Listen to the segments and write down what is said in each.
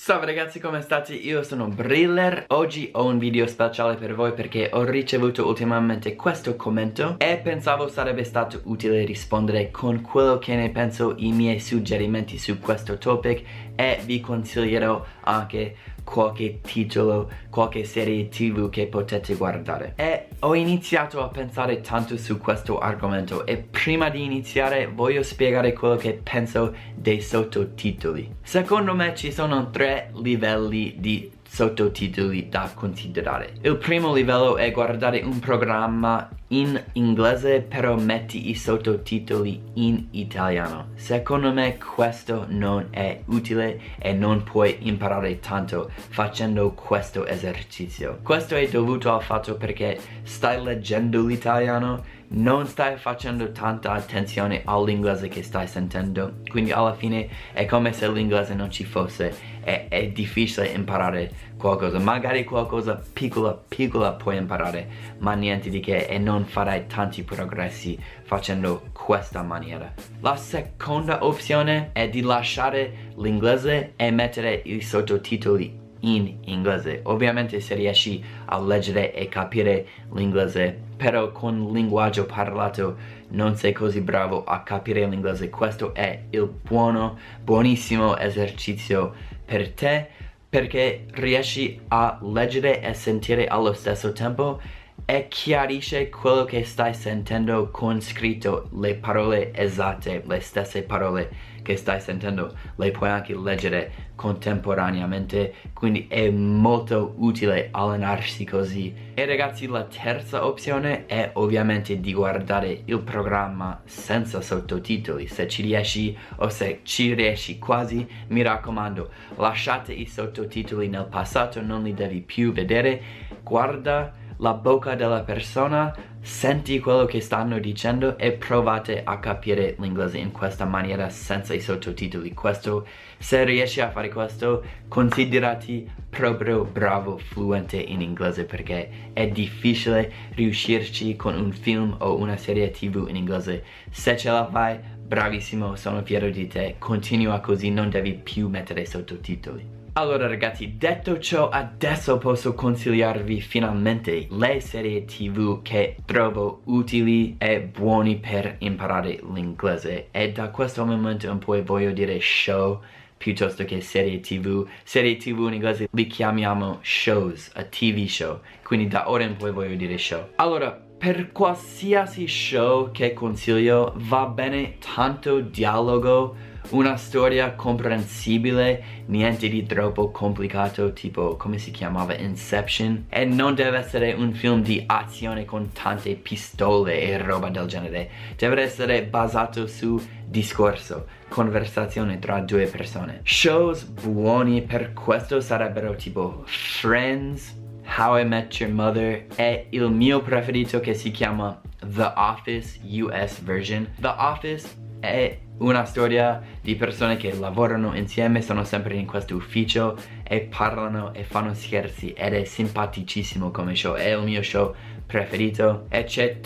Salve ragazzi, come state? Io sono Briller. Oggi ho un video speciale per voi perché ho ricevuto ultimamente questo commento e pensavo sarebbe stato utile rispondere con quello che ne penso, i miei suggerimenti su questo topic, e vi consiglierò anche qualche titolo, qualche serie TV che potete guardare. E ho iniziato a pensare tanto su questo argomento e prima di iniziare voglio spiegare quello che penso dei sottotitoli. Secondo me ci sono tre livelli di sottotitoli da considerare. Il primo livello è guardare un programma in inglese però metti i sottotitoli in italiano. Secondo me questo non è utile e non puoi imparare tanto facendo questo esercizio. Questo è dovuto al fatto perché stai leggendo l'italiano, non stai facendo tanta attenzione all'inglese che stai sentendo, quindi alla fine è come se l'inglese non ci fosse e è difficile imparare qualcosa. Magari qualcosa piccola puoi imparare, ma niente di che, e non farai tanti progressi facendo questa maniera. La seconda opzione è di lasciare l'inglese e mettere i sottotitoli in inglese. Ovviamente se riesci a leggere e capire l'inglese però con linguaggio parlato non sei così bravo a capire l'inglese, questo è il buonissimo esercizio per te, perché riesci a leggere e sentire allo stesso tempo e chiarisce quello che stai sentendo con scritto, le parole esatte, le stesse parole che stai sentendo le puoi anche leggere contemporaneamente, quindi è molto utile allenarsi così. E ragazzi, la terza opzione è ovviamente di guardare il programma senza sottotitoli. Se ci riesci o se ci riesci quasi, mi raccomando, lasciate i sottotitoli nel passato, non li devi più vedere, guarda la bocca della persona, senti quello che stanno dicendo e provate a capire l'inglese in questa maniera senza i sottotitoli. Questo, se riesci a fare questo, considerati proprio bravo, fluente in inglese, perché è difficile riuscirci con un film o una serie TV in inglese. Se ce la fai, bravissimo, sono fiero di te, continua così, non devi più mettere sottotitoli. Allora ragazzi, detto ciò, adesso posso consigliarvi finalmente le serie TV che trovo utili e buoni per imparare l'inglese, e da questo momento in poi voglio dire show piuttosto che serie TV. Serie TV in inglese li chiamiamo shows, a TV show, quindi da ora in poi voglio dire show. Allora, per qualsiasi show che consiglio va bene tanto dialogo, una storia comprensibile, niente di troppo complicato, tipo come si chiamava Inception, e non deve essere un film di azione con tante pistole e roba del genere. Deve essere basato su discorso, conversazione tra due persone. Shows buoni per questo sarebbero tipo Friends, How I Met Your Mother e il mio preferito che si chiama The Office US version. The Office è una storia di persone che lavorano insieme, sono sempre in questo ufficio e parlano e fanno scherzi, ed è simpaticissimo come show, è il mio show preferito e c'è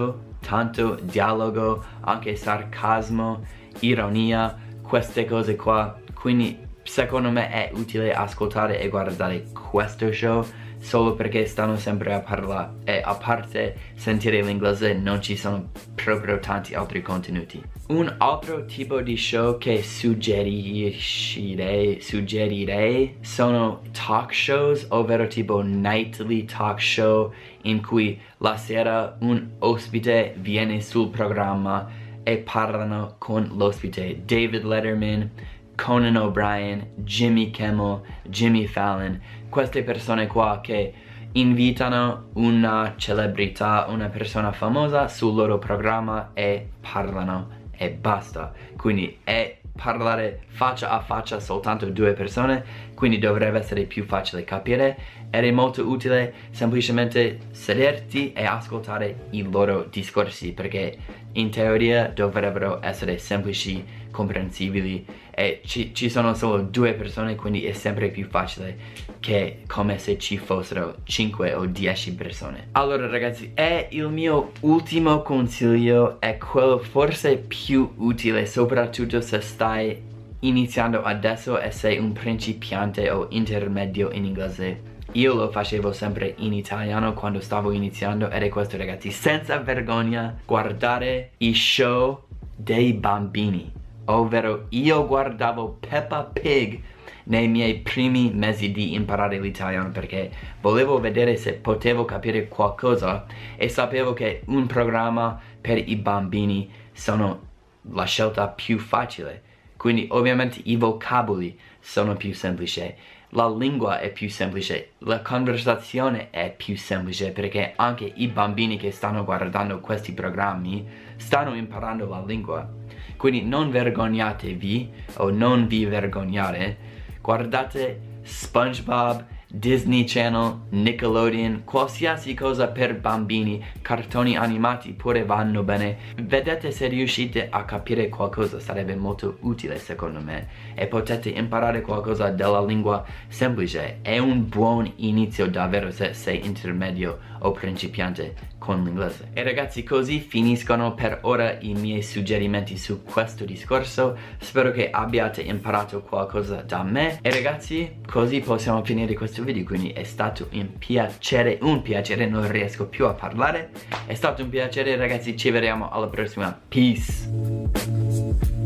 tanto dialogo, anche sarcasmo, ironia, queste cose qua, quindi secondo me è utile ascoltare e guardare questo show solo perché stanno sempre a parlare e a parte sentire l'inglese non ci sono proprio tanti altri contenuti. Un altro tipo di show che suggerirei sono talk shows, ovvero tipo nightly talk show in cui la sera un ospite viene sul programma e parlano con l'ospite. David Letterman, Conan O'Brien, Jimmy Kimmel, Jimmy Fallon, queste persone qua che invitano una celebrità, una persona famosa sul loro programma e parlano e basta. Quindi è parlare faccia a faccia soltanto due persone, quindi dovrebbe essere più facile capire ed è molto utile semplicemente sederti e ascoltare i loro discorsi, perché in teoria dovrebbero essere semplici, comprensibili e ci sono solo due persone, quindi è sempre più facile che come se ci fossero 5 o 10 persone. Allora ragazzi, il mio ultimo consiglio è quello forse più utile, soprattutto se stai iniziando adesso e sei un principiante o intermedio in inglese, io lo facevo sempre in italiano quando stavo iniziando ed è questo, ragazzi: senza vergogna guardare i show dei bambini, ovvero io guardavo Peppa Pig nei miei primi mesi di imparare l'italiano perché volevo vedere se potevo capire qualcosa e sapevo che un programma per i bambini sono la scelta più facile. Quindi ovviamente i vocaboli sono più semplici, la lingua è più semplice, la conversazione è più semplice perché anche i bambini che stanno guardando questi programmi stanno imparando la lingua. Quindi non vergognatevi o non vi vergognare, guardate SpongeBob, Disney Channel, Nickelodeon, qualsiasi cosa per bambini, cartoni animati pure vanno bene. Vedete se riuscite a capire qualcosa, sarebbe molto utile secondo me e potete imparare qualcosa della lingua semplice. È un buon inizio davvero se sei intermedio o principiante con l'inglese. E ragazzi, così finiscono per ora i miei suggerimenti su questo discorso. Spero che abbiate imparato qualcosa da me e ragazzi, così possiamo finire questo video. Quindi è stato un piacere, non riesco più a parlare. È stato un piacere ragazzi, ci vediamo alla prossima. Peace.